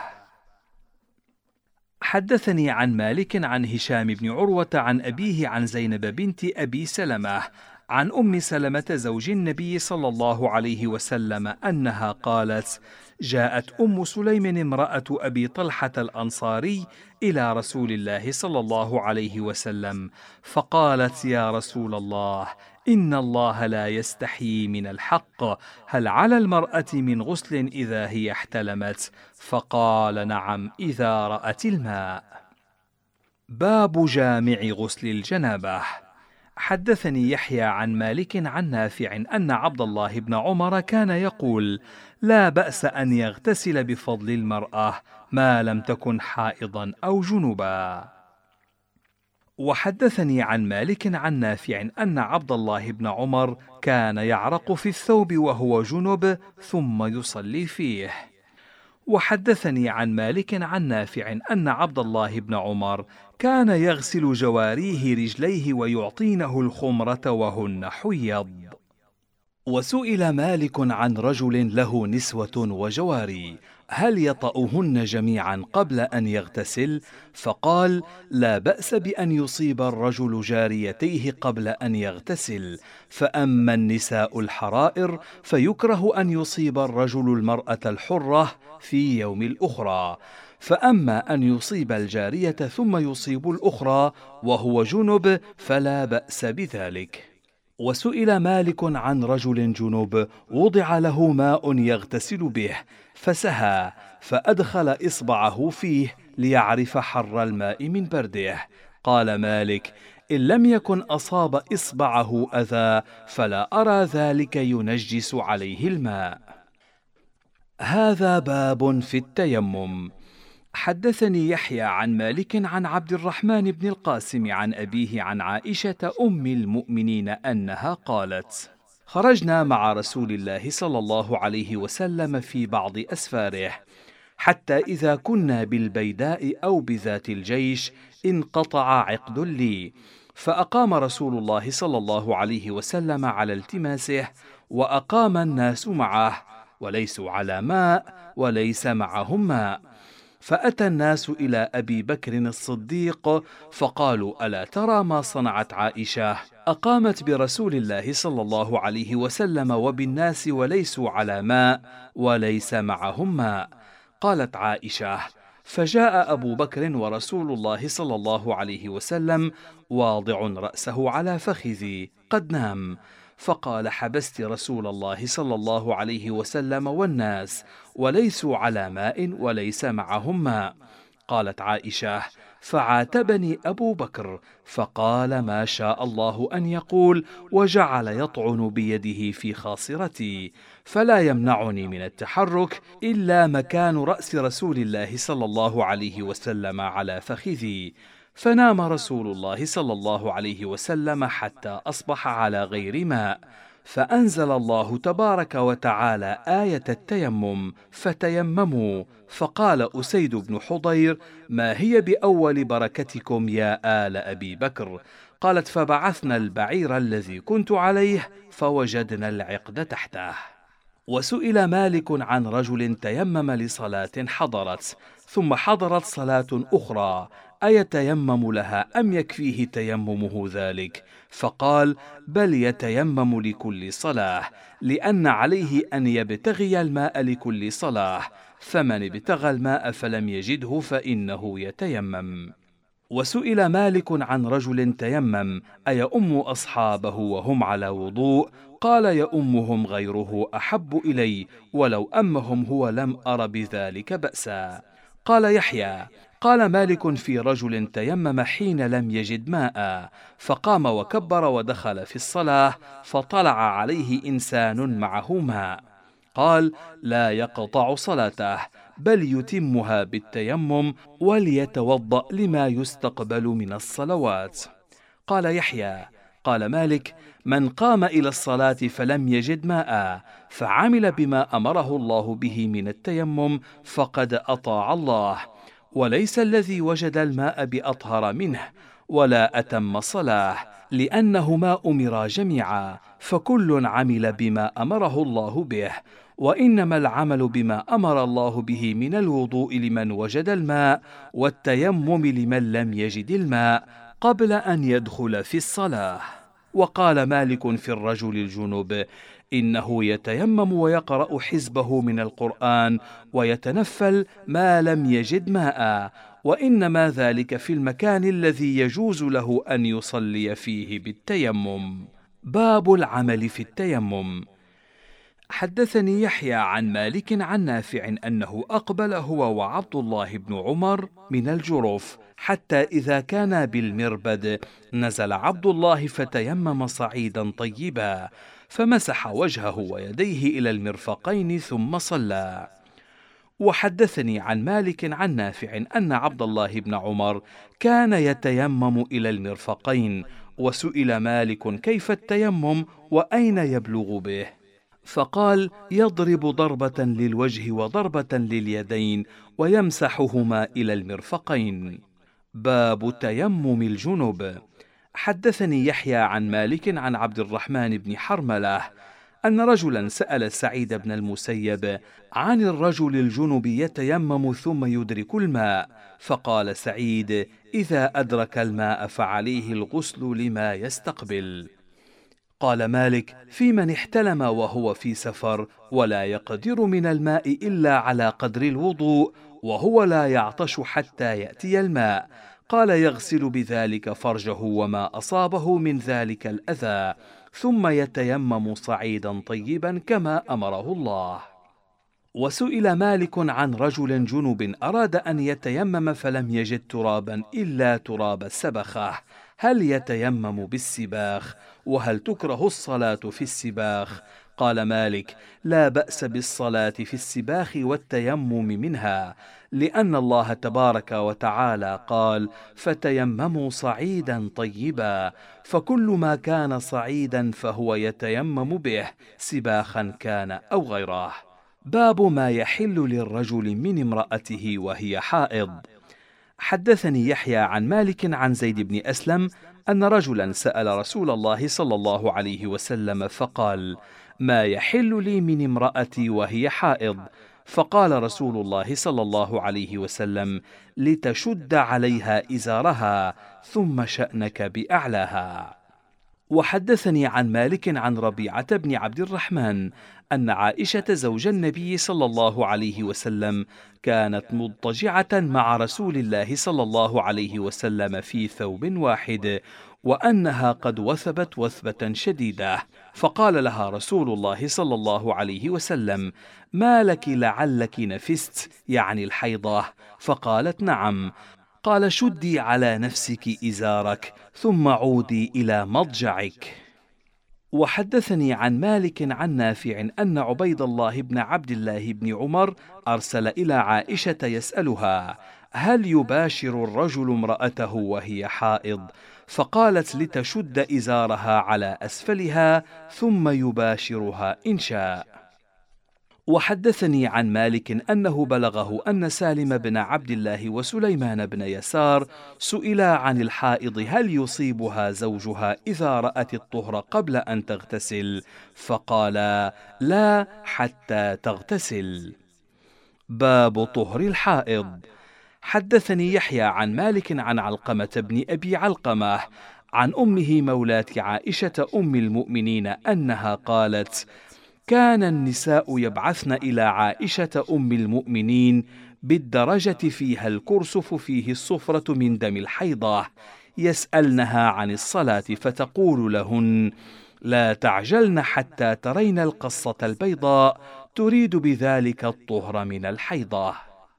حدثني عن مالك عن هشام بن عروة عن أبيه عن زينب بنت أبي سلمة عن أم سلمة زوج النبي صلى الله عليه وسلم أنها قالت: جاءت أم سليم امرأة أبي طلحة الأنصاري إلى رسول الله صلى الله عليه وسلم فقالت: يا رسول الله، إن الله لا يستحيي من الحق، هل على المرأة من غسل إذا هي احتلمت؟ فقال: نعم، إذا رأت الماء. باب جامع غسل الجنابة. حدثني يحيى عن مالك عن نافع أن عبد الله بن عمر كان يقول: لا بأس أن يغتسل بفضل المرأة ما لم تكن حائضا أو جنبا. وحدثني عن مالك عن نافع أن عبد الله بن عمر كان يعرق في الثوب وهو جنب ثم يصلي فيه. وحدثني عن مالك عن نافع أن عبد الله بن عمر كان يغسل جواريه رجليه ويعطينه الخمرة وهن حيض. وسئل مالك عن رجل له نسوة وجواري: هل يطأهن جميعا قبل أن يغتسل؟ فقال: لا بأس بأن يصيب الرجل جاريتيه قبل أن يغتسل، فأما النساء الحرائر فيكره أن يصيب الرجل المرأة الحرة في يوم الأخرى، فأما أن يصيب الجارية ثم يصيب الأخرى وهو جنب فلا بأس بذلك. وسئل مالك عن رجل جنوب وضع له ماء يغتسل به فسهى فأدخل إصبعه فيه ليعرف حر الماء من برده. قال مالك: إن لم يكن أصاب إصبعه أذى فلا أرى ذلك ينجس عليه الماء. هذا باب في التيمم. حدثني يحيى عن مالك عن عبد الرحمن بن القاسم عن أبيه عن عائشة أم المؤمنين أنها قالت: خرجنا مع رسول الله صلى الله عليه وسلم في بعض أسفاره، حتى إذا كنا بالبيداء أو بذات الجيش انقطع عقد لي، فأقام رسول الله صلى الله عليه وسلم على التماسه، وأقام الناس معه، وليسوا على ماء وليس معهم ماء. فأتى الناس إلى أبي بكر الصديق فقالوا: ألا ترى ما صنعت عائشة؟ أقامت برسول الله صلى الله عليه وسلم وبالناس وليسوا على ماء وليس معهم ماء. قالت عائشة: فجاء أبو بكر ورسول الله صلى الله عليه وسلم واضع رأسه على فخذي قد نام، فقال: حبست رسول الله صلى الله عليه وسلم والناس وليسوا على ماء وليس معهم ماء. قالت عائشة: فعاتبني أبو بكر فقال: ما شاء الله أن يقول، وجعل يطعن بيده في خاصرتي، فلا يمنعني من التحرك إلا مكان رأس رسول الله صلى الله عليه وسلم على فخذي. فنام رسول الله صلى الله عليه وسلم حتى أصبح على غير ماء، فأنزل الله تبارك وتعالى آية التيمم: فتيمموا. فقال أسيد بن حضير: ما هي بأول بركتكم يا آل أبي بكر؟ قالت: فبعثنا البعير الذي كنت عليه فوجدنا العقد تحته. وسئل مالك عن رجل تيمم لصلاة حضرت ثم حضرت صلاة أخرى، أيتيمم لها أم يكفيه تيممه ذلك؟ فقال: بل يتيمم لكل صلاة، لأن عليه أن يبتغي الماء لكل صلاة، فمن ابتغى الماء فلم يجده فإنه يتيمم. وسئل مالك عن رجل تيمم أيؤم أصحابه وهم على وضوء؟ قال: يؤمهم غيره أحب إلي، ولو أمهم هو لم أر بذلك بأسا. قال يحيى: قال مالك في رجل تيمم حين لم يجد ماء، فقام وكبر ودخل في الصلاة، فطلع عليه إنسان معه ماء. قال: لا يقطع صلاته، بل يتمها بالتيمم، وليتوضأ لما يستقبل من الصلوات. قال يحيى: قال مالك: من قام إلى الصلاة فلم يجد ماء فعمل بما أمره الله به من التيمم فقد أطاع الله، وليس الذي وجد الماء بأطهر منه ولا أتم صلاة، لأنهما أمرا جميعا، فكل عمل بما أمره الله به، وإنما العمل بما أمر الله به من الوضوء لمن وجد الماء، والتيمم لمن لم يجد الماء، قبل أن يدخل في الصلاة. وقال مالك في الرجل الجنوب: إنه يتيمم ويقرأ حزبه من القرآن ويتنفل ما لم يجد ماء، وإنما ذلك في المكان الذي يجوز له أن يصلي فيه بالتيمم. باب العمل في التيمم. حدثني يحيى عن مالك عن نافع أنه أقبل هو وعبد الله بن عمر من الجرف، حتى إذا كان بالمربد نزل عبد الله فتيمم صعيدا طيبا، فمسح وجهه ويديه إلى المرفقين ثم صلى. وحدثني عن مالك عن نافع أن عبد الله بن عمر كان يتيمم إلى المرفقين، وسئل مالك كيف التيمم وأين يبلغ به؟ فقال: يضرب ضربة للوجه وضربة لليدين ويمسحهما إلى المرفقين. باب تيمم الجنب. حدثني يحيى عن مالك عن عبد الرحمن بن حرملة أن رجلا سأل سعيد بن المسيب عن الرجل الجنب يتيمم ثم يدرك الماء، فقال سعيد: إذا أدرك الماء فعليه الغسل لما يستقبل. قال مالك: في من احتلم وهو في سفر ولا يقدر من الماء إلا على قدر الوضوء، وهو لا يعطش حتى يأتي الماء، قال: يغسل بذلك فرجه وما أصابه من ذلك الأذى، ثم يتيمم صعيدا طيبا كما أمره الله. وسئل مالك عن رجل جنب أراد أن يتيمم فلم يجد ترابا إلا تراب السبخة، هل يتيمم بالسباخ؟ وهل تكره الصلاة في السباخ؟ قال مالك: لا بأس بالصلاة في السباخ والتيمم منها، لأن الله تبارك وتعالى قال: فتيمموا صعيدا طيبا، فكل ما كان صعيدا فهو يتيمم به، سباخا كان أو غيره. باب ما يحل للرجل من امرأته وهي حائض. حدثني يحيى عن مالك عن زيد بن أسلم أن رجلا سأل رسول الله صلى الله عليه وسلم فقال: ما يحل لي من امرأتي وهي حائض؟ فقال رسول الله صلى الله عليه وسلم: لتشد عليها إزارها، ثم شأنك بأعلاها. وحدثني عن مالك عن ربيعة بن عبد الرحمن أن عائشة زوج النبي صلى الله عليه وسلم كانت مضطجعة مع رسول الله صلى الله عليه وسلم في ثوب واحد، وأنها قد وثبت وثبة شديدة، فقال لها رسول الله صلى الله عليه وسلم: ما لك لعلك نفست، يعني الحيضة؟ فقالت: نعم. قال: شدي على نفسك إزارك، ثم عودي إلى مضجعك. وحدثني عن مالك عن نافع أن عبيد الله بن عبد الله بن عمر أرسل إلى عائشة يسألها: هل يباشر الرجل امرأته وهي حائض؟ فقالت: لتشد إزارها على أسفلها ثم يباشرها إن شاء. وحدثني عن مالك أنه بلغه أن سالم بن عبد الله وسليمان بن يسار سئلا عن الحائض هل يصيبها زوجها إذا رأت الطهر قبل أن تغتسل، فقالا: لا حتى تغتسل. باب طهر الحائض. حدثني يحيى عن مالك عن علقمة بن أبي علقمة عن أمه مولاة عائشة أم المؤمنين أنها قالت: كان النساء يبعثن إلى عائشة أم المؤمنين بالدرجة فيها الكرسف فيه الصفرة من دم الحيضة، يسألنها عن الصلاة فتقول لهن: لا تعجلن حتى ترين القصة البيضاء، تريد بذلك الطهر من الحيضة.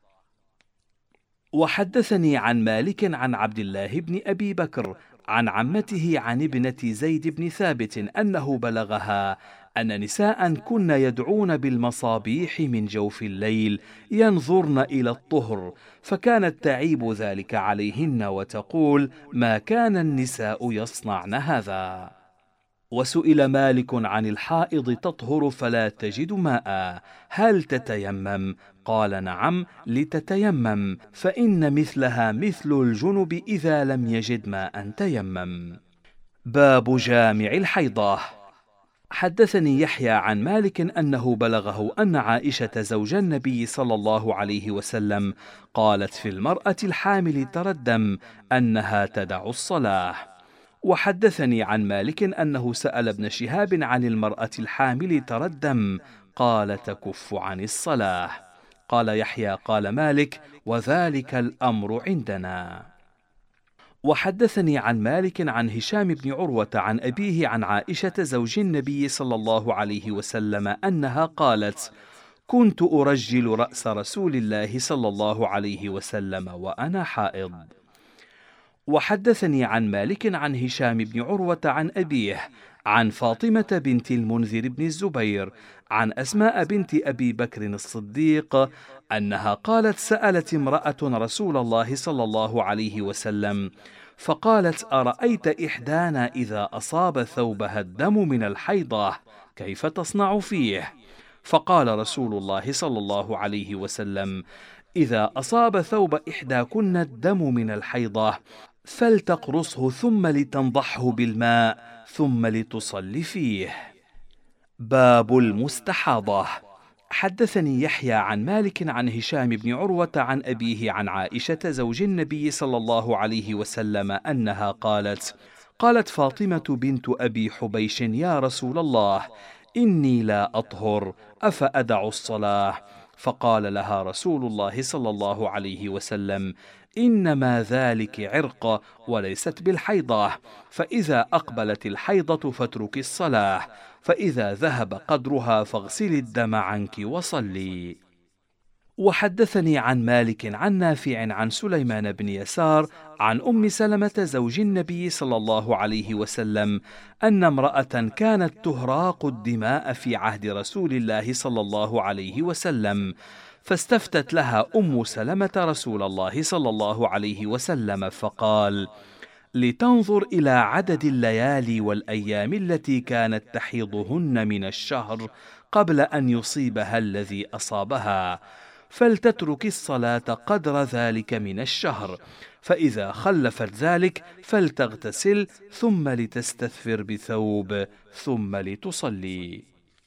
وحدثني عن مالك عن عبد الله بن أبي بكر عن عمته عن ابنة زيد بن ثابت أنه بلغها أن نساء كن يدعون بالمصابيح من جوف الليل ينظرن إلى الطهر، فكانت تعيب ذلك عليهن وتقول: ما كان النساء يصنعن هذا. وسئل مالك عن الحائض تطهر فلا تجد ماء، هل تتيمم؟ قال: نعم، لتتيمم، فإن مثلها مثل الجنب إذا لم يجد ماء تيمم. باب جامع الحيضة. حدثني يحيى عن مالك أنه بلغه أن عائشة زوج النبي صلى الله عليه وسلم قالت في المرأة الحامل تردم أنها تدع الصلاة. وحدثني عن مالك أنه سأل ابن شهاب عن المرأة الحامل تردم قال: تكف عن الصلاة. قال يحيى: قال مالك: وذلك الأمر عندنا. وحدثني عن مالك عن هشام بن عروة عن أبيه عن عائشة زوج النبي صلى الله عليه وسلم أنها قالت: كنت أرجل رأس رسول الله صلى الله عليه وسلم وأنا حائض. وحدثني عن مالك عن هشام بن عروة عن أبيه عن فاطمة بنت المنذر بن الزبير عن أسماء بنت أبي بكر الصديق أنها قالت: سألت امرأة رسول الله صلى الله عليه وسلم فقالت: أرأيت إحدانا إذا أصاب ثوبها الدم من الحيضة كيف تصنع فيه؟ فقال رسول الله صلى الله عليه وسلم: إذا أصاب ثوب إحداكن الدم من الحيضة فلتقرصه ثم لتنضحه بالماء ثم لتصلي فيه. باب المستحاضة. حدثني يحيى عن مالك عن هشام بن عروة عن أبيه عن عائشة زوج النبي صلى الله عليه وسلم أنها قالت: قالت فاطمة بنت أبي حبيش: يا رسول الله، إني لا أطهر، أفأدع الصلاة؟ فقال لها رسول الله صلى الله عليه وسلم: إنما ذلك عرق وليست بالحيضة، فإذا أقبلت الحيضة فاترك الصلاة، فإذا ذهب قدرها فاغسلي الدم عنك وصلي. وحدثني عن مالك عن نافع عن سليمان بن يسار عن أم سلمة زوج النبي صلى الله عليه وسلم أن امرأة كانت تهراق الدماء في عهد رسول الله صلى الله عليه وسلم، فاستفتت لها أم سلمة رسول الله صلى الله عليه وسلم فقال: لتنظر إلى عدد الليالي والأيام التي كانت تحيضهن من الشهر قبل أن يصيبها الذي أصابها، فلتترك الصلاة قدر ذلك من الشهر، فإذا خلفت ذلك فلتغتسل ثم لتستثفر بثوب ثم لتصلي.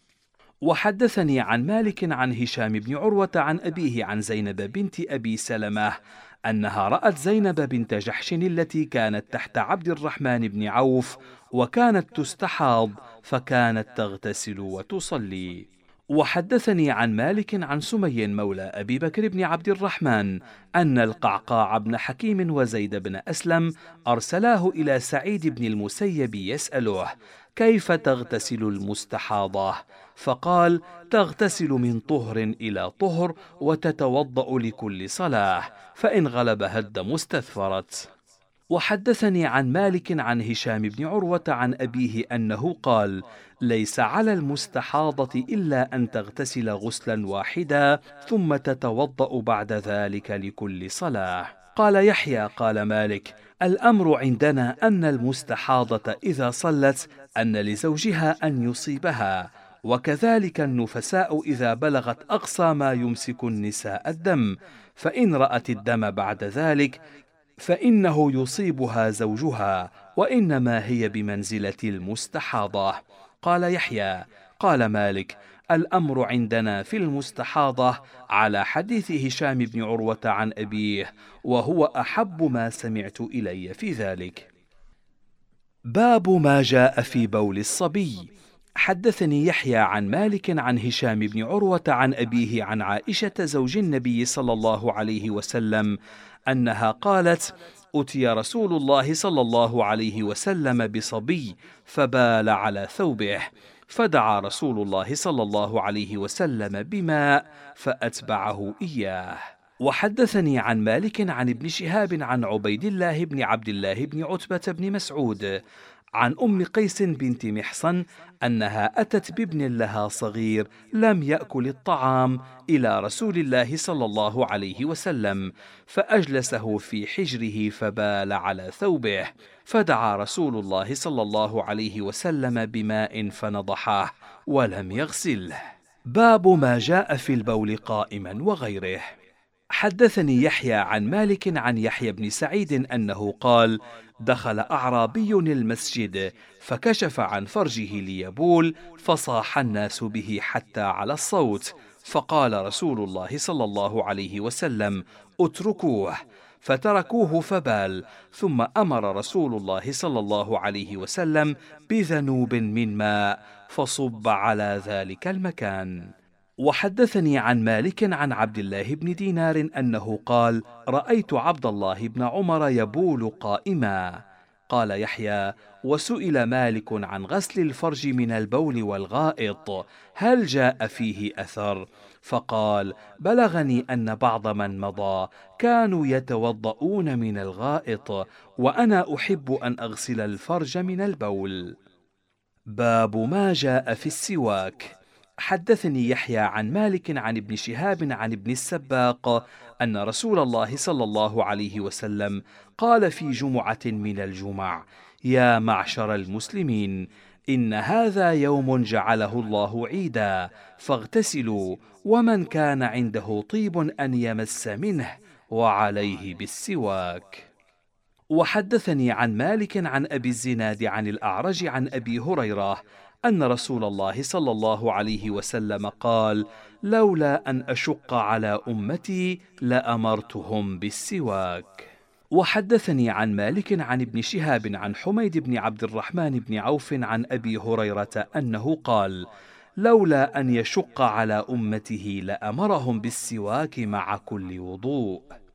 وحدثني عن مالك عن هشام بن عروة عن أبيه عن زينب بنت أبي سلمة أنها رأت زينب بنت جحش التي كانت تحت عبد الرحمن بن عوف وكانت تستحاض فكانت تغتسل وتصلي. وحدثني عن مالك عن سمي مولى أبي بكر بن عبد الرحمن أن القعقاع بن حكيم وزيد بن أسلم أرسلاه إلى سعيد بن المسيب يسأله: كيف تغتسل المستحاضة؟ فقال: تغتسل من طهر إلى طهر وتتوضأ لكل صلاة، فإن غلبها الدم استثفرت. وحدثني عن مالك عن هشام بن عروة عن أبيه أنه قال: ليس على المستحاضة إلا أن تغتسل غسلا واحدا ثم تتوضأ بعد ذلك لكل صلاة. قال يحيى: قال مالك: الأمر عندنا أن المستحاضة إذا صلت أن لزوجها أن يصيبها، وكذلك النفساء إذا بلغت أقصى ما يمسك النساء الدم، فإن رأت الدم بعد ذلك فإنه يصيبها زوجها، وإنما هي بمنزلة المستحاضة. قال يحيى: قال مالك: الأمر عندنا في المستحاضة على حديث هشام بن عروة عن أبيه، وهو أحب ما سمعت إلي في ذلك. باب ما جاء في بول الصبي. حدثني يحيى عن مالك عن هشام بن عروة عن أبيه عن عائشة زوج النبي صلى الله عليه وسلم أنها قالت: أتي رسول الله صلى الله عليه وسلم بصبي فبال على ثوبه، فدعا رسول الله صلى الله عليه وسلم بماء فأتبعه إياه. وحدثني عن مالك عن ابن شهاب عن عبيد الله بن عبد الله بن عتبة بن مسعود عن أم قيس بنت محصن أنها أتت بابن لها صغير لم يأكل الطعام إلى رسول الله صلى الله عليه وسلم، فأجلسه في حجره فبال على ثوبه، فدعا رسول الله صلى الله عليه وسلم بماء فنضحه ولم يغسله. باب ما جاء في البول قائما وغيره. حدثني يحيى عن مالك عن يحيى بن سعيد أنه قال: دخل أعرابي المسجد فكشف عن فرجه ليبول، فصاح الناس به حتى على الصوت، فقال رسول الله صلى الله عليه وسلم: اتركوه، فتركوه فبال، ثم أمر رسول الله صلى الله عليه وسلم بذنوب من ماء فصب على ذلك المكان. وحدثني عن مالك عن عبد الله بن دينار أنه قال: رأيت عبد الله بن عمر يبول قائما. قال يحيى: وسئل مالك عن غسل الفرج من البول والغائط هل جاء فيه أثر؟ فقال: بلغني أن بعض من مضى كانوا يتوضؤون من الغائط، وأنا أحب أن أغسل الفرج من البول. باب ما جاء في السواك. حدثني يحيى عن مالك عن ابن شهاب عن ابن السباق أن رسول الله صلى الله عليه وسلم قال في جمعة من الجمع: يا معشر المسلمين، إن هذا يوم جعله الله عيدا، فاغتسلوا، ومن كان عنده طيب أن يمس منه، وعليه بالسواك. وحدثني عن مالك عن أبي الزناد عن الأعرج عن أبي هريرة أن رسول الله صلى الله عليه وسلم قال: لولا أن أشق على أمتي لأمرتهم بالسواك. وحدثني عن مالك عن ابن شهاب عن حميد بن عبد الرحمن بن عوف عن أبي هريرة أنه قال: لولا أن يشق على أمته لأمرهم بالسواك مع كل وضوء.